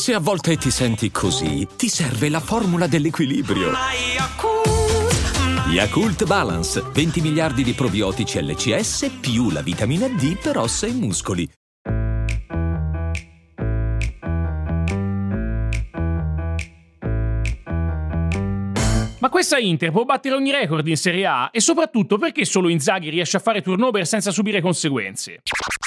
Se a volte ti senti così, ti serve la formula dell'equilibrio. Yakult Balance, 20 miliardi di probiotici LCS più la vitamina D per ossa e muscoli. Ma questa Inter può battere ogni record in Serie A? E soprattutto perché solo Inzaghi riesce a fare turnover senza subire conseguenze?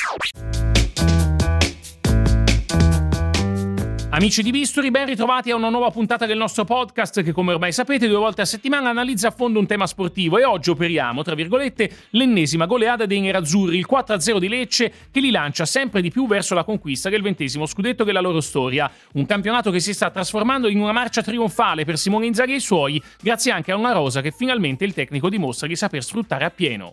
Amici di Bisturi, ben ritrovati a una nuova puntata del nostro podcast che, come ormai sapete, 2 volte a settimana analizza a fondo un tema sportivo e oggi operiamo, tra virgolette, l'ennesima goleada dei nerazzurri, il 4-0 di Lecce che li lancia sempre di più verso la conquista del 20° scudetto della loro storia. Un campionato che si sta trasformando in una marcia trionfale per Simone Inzaghi e i suoi, grazie anche a una rosa che finalmente il tecnico dimostra di saper sfruttare appieno.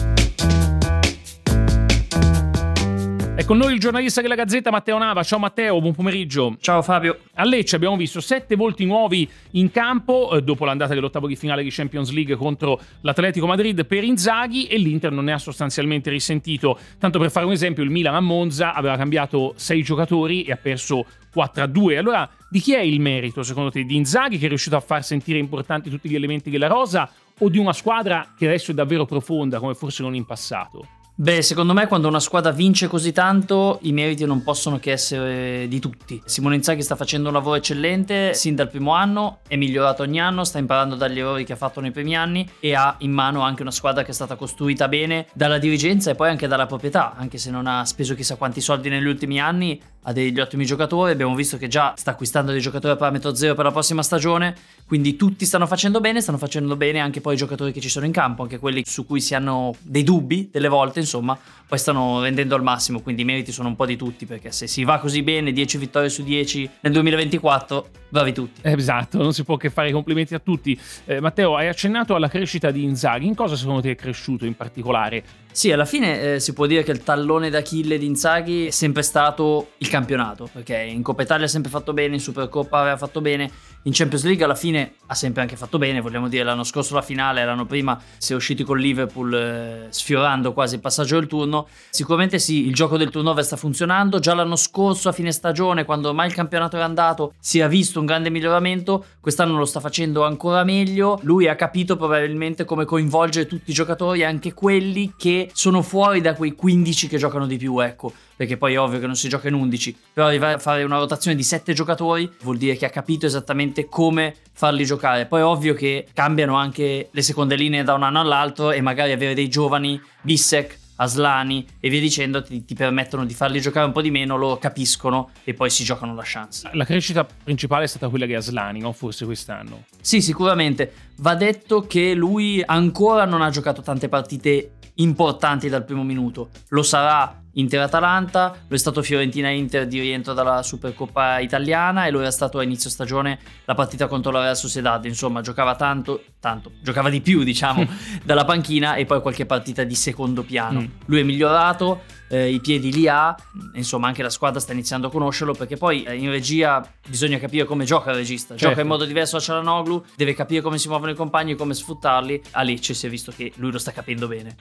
È con noi il giornalista della Gazzetta Matteo Nava. Ciao Matteo, buon pomeriggio. Ciao Fabio. A Lecce abbiamo visto 7 volti nuovi in campo dopo l'andata dell'ottavo di finale di Champions League contro l'Atletico Madrid per Inzaghi, e l'Inter non ne ha sostanzialmente risentito. Tanto per fare un esempio, il Milan a Monza aveva cambiato 6 giocatori e ha perso 4-2. Allora, di chi è il merito secondo te? Di Inzaghi, che è riuscito a far sentire importanti tutti gli elementi della rosa, o di una squadra che adesso è davvero profonda come forse non in passato? Beh, secondo me quando una squadra vince così tanto i meriti non possono che essere di tutti. Simone Inzaghi sta facendo un lavoro eccellente sin dal primo anno, è migliorato ogni anno, sta imparando dagli errori che ha fatto nei primi anni e ha in mano anche una squadra che è stata costruita bene dalla dirigenza e poi anche dalla proprietà, anche se non ha speso chissà quanti soldi negli ultimi anni, ha degli ottimi giocatori. Abbiamo visto che già sta acquistando dei giocatori a parametro zero per la prossima stagione, quindi tutti stanno facendo bene anche poi i giocatori che ci sono in campo, anche quelli su cui si hanno dei dubbi delle volte, insomma, poi stanno rendendo al massimo, quindi i meriti sono un po' di tutti, perché se si va così bene, 10 vittorie su 10 nel 2024, bravi tutti. Esatto, non si può che fare i complimenti a tutti. Matteo, hai accennato alla crescita di Inzaghi, in cosa secondo te è cresciuto in particolare? Sì, alla fine si può dire che il tallone d'Achille di Inzaghi è sempre stato il campionato, perché in Coppa Italia ha sempre fatto bene, in Supercoppa aveva fatto bene, in Champions League alla fine ha sempre anche fatto bene, vogliamo dire l'anno scorso la finale, l'anno prima si è usciti con Liverpool sfiorando quasi il passaggio del turno. Sicuramente sì, il gioco del turnover sta funzionando, già l'anno scorso a fine stagione, quando ormai il campionato era andato, si è visto un grande miglioramento, quest'anno lo sta facendo ancora meglio, lui ha capito probabilmente come coinvolgere tutti i giocatori, anche quelli che sono fuori da quei 15 che giocano di più, ecco, perché poi è ovvio che non si gioca in 11, però arrivare a fare una rotazione di 7 giocatori vuol dire che ha capito esattamente come farli giocare. Poi è ovvio che cambiano anche le seconde linee da un anno all'altro e magari avere dei giovani, Bissek, Aslani e via dicendo ti permettono di farli giocare un po' di meno, lo capiscono e poi si giocano la chance. La crescita principale è stata quella di Aslani, no? Forse quest'anno. Sì, sicuramente. Va detto che lui ancora non ha giocato tante partite importanti dal primo minuto. Lo sarà Inter-Atalanta, lo è stato Fiorentina-Inter di rientro dalla Supercoppa italiana e lo era stato a inizio stagione la partita contro la Real Sociedad. Insomma, giocava tanto, giocava di più, diciamo, dalla panchina e poi qualche partita di secondo piano. Lui è migliorato, i piedi li ha, insomma anche la squadra sta iniziando a conoscerlo, perché poi in regia bisogna capire come gioca il regista. Certo. Gioca in modo diverso a Çalhanoğlu, deve capire come si muovono i compagni e come sfruttarli. A Lecce si è visto che lui lo sta capendo bene.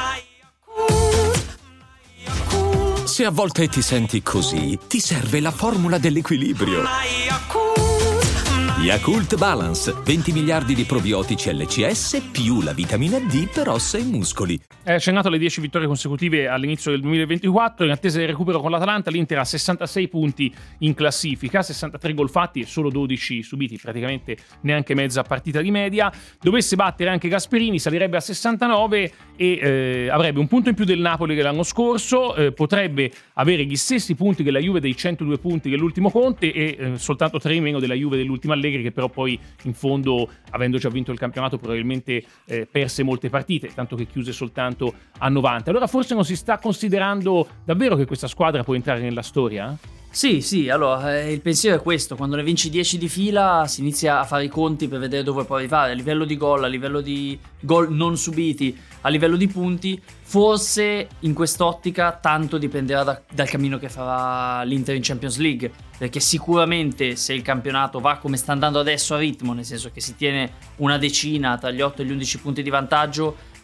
Se a volte ti senti così, ti serve la formula dell'equilibrio. Yakult Balance, 20 miliardi di probiotici LCS più la vitamina D per ossa e muscoli. È accennato alle 10 vittorie consecutive all'inizio del 2024, in attesa del recupero con l'Atalanta. L'Inter ha 66 punti in classifica, 63 gol fatti e solo 12 subiti, praticamente neanche mezza partita di media. Dovesse battere anche Gasperini salirebbe a 69 e avrebbe un punto in più del Napoli che l'anno scorso, potrebbe avere gli stessi punti della Juve dei 102 punti dell'ultimo Conte e soltanto 3 in meno della Juve dell'ultima Allegri, che però poi in fondo, avendo già vinto il campionato, probabilmente perse molte partite, tanto che chiuse soltanto a 90. Allora forse non si sta considerando davvero che questa squadra può entrare nella storia? Sì, allora il pensiero è questo: quando ne vinci 10 di fila si inizia a fare i conti per vedere dove puoi arrivare a livello di gol, a livello di gol non subiti, a livello di punti. Forse in quest'ottica tanto dipenderà dal cammino che farà l'Inter in Champions League, perché sicuramente se il campionato va come sta andando adesso a ritmo, nel senso che si tiene una decina tra gli 8 e gli 11 punti di vantaggio,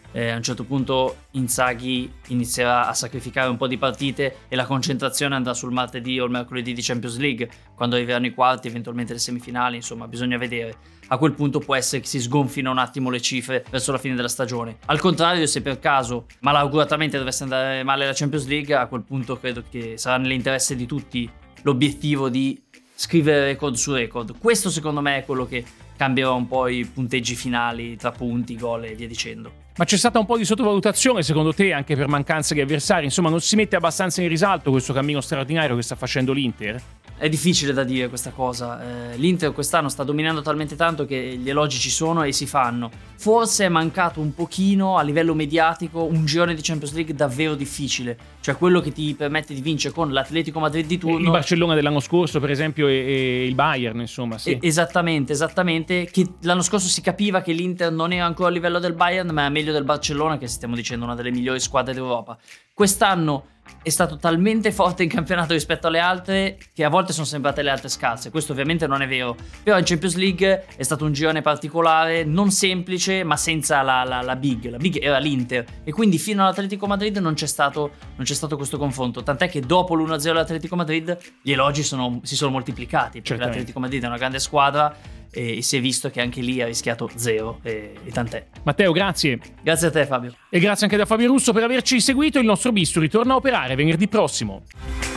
A un certo punto Inzaghi inizierà a sacrificare un po' di partite e la concentrazione andrà sul martedì o il mercoledì di Champions League, quando arriveranno i quarti, eventualmente le semifinali, insomma bisogna vedere. A quel punto può essere che si sgonfino un attimo le cifre verso la fine della stagione. Al contrario, se per caso malauguratamente dovesse andare male la Champions League, a quel punto credo che sarà nell'interesse di tutti l'obiettivo di scrivere record su record. Questo secondo me è quello che cambierà un po' i punteggi finali tra punti, gol e via dicendo. Ma c'è stata un po' di sottovalutazione secondo te anche per mancanza di avversari? Insomma, non si mette abbastanza in risalto questo cammino straordinario che sta facendo l'Inter? È difficile da dire questa cosa. L'Inter quest'anno sta dominando talmente tanto che gli elogi ci sono e si fanno. Forse è mancato un pochino a livello mediatico un girone di Champions League davvero difficile, cioè quello che ti permette di vincere con l'Atletico Madrid di turno. Il Barcellona dell'anno scorso, per esempio, e il Bayern, insomma. Sì. Esattamente. Che l'anno scorso si capiva che l'Inter non era ancora a livello del Bayern, ma è meglio del Barcellona, che stiamo dicendo una delle migliori squadre d'Europa. Quest'anno è stato talmente forte in campionato rispetto alle altre che a volte sono sembrate le altre scarse. Questo ovviamente non è vero, però in Champions League è stato un girone particolare, non semplice, ma senza la big. La big era l'Inter e quindi fino all'Atletico Madrid non c'è stato questo confronto, tant'è che dopo l'1-0 dell'Atletico Madrid gli elogi si sono moltiplicati, perché l'Atletico Madrid è una grande squadra e si è visto che anche lì ha rischiato 0 e tant'è. Matteo, grazie. Grazie a te, Fabio. E grazie anche da Fabio Russo per averci seguito. Il nostro bisturi torna a operare venerdì prossimo.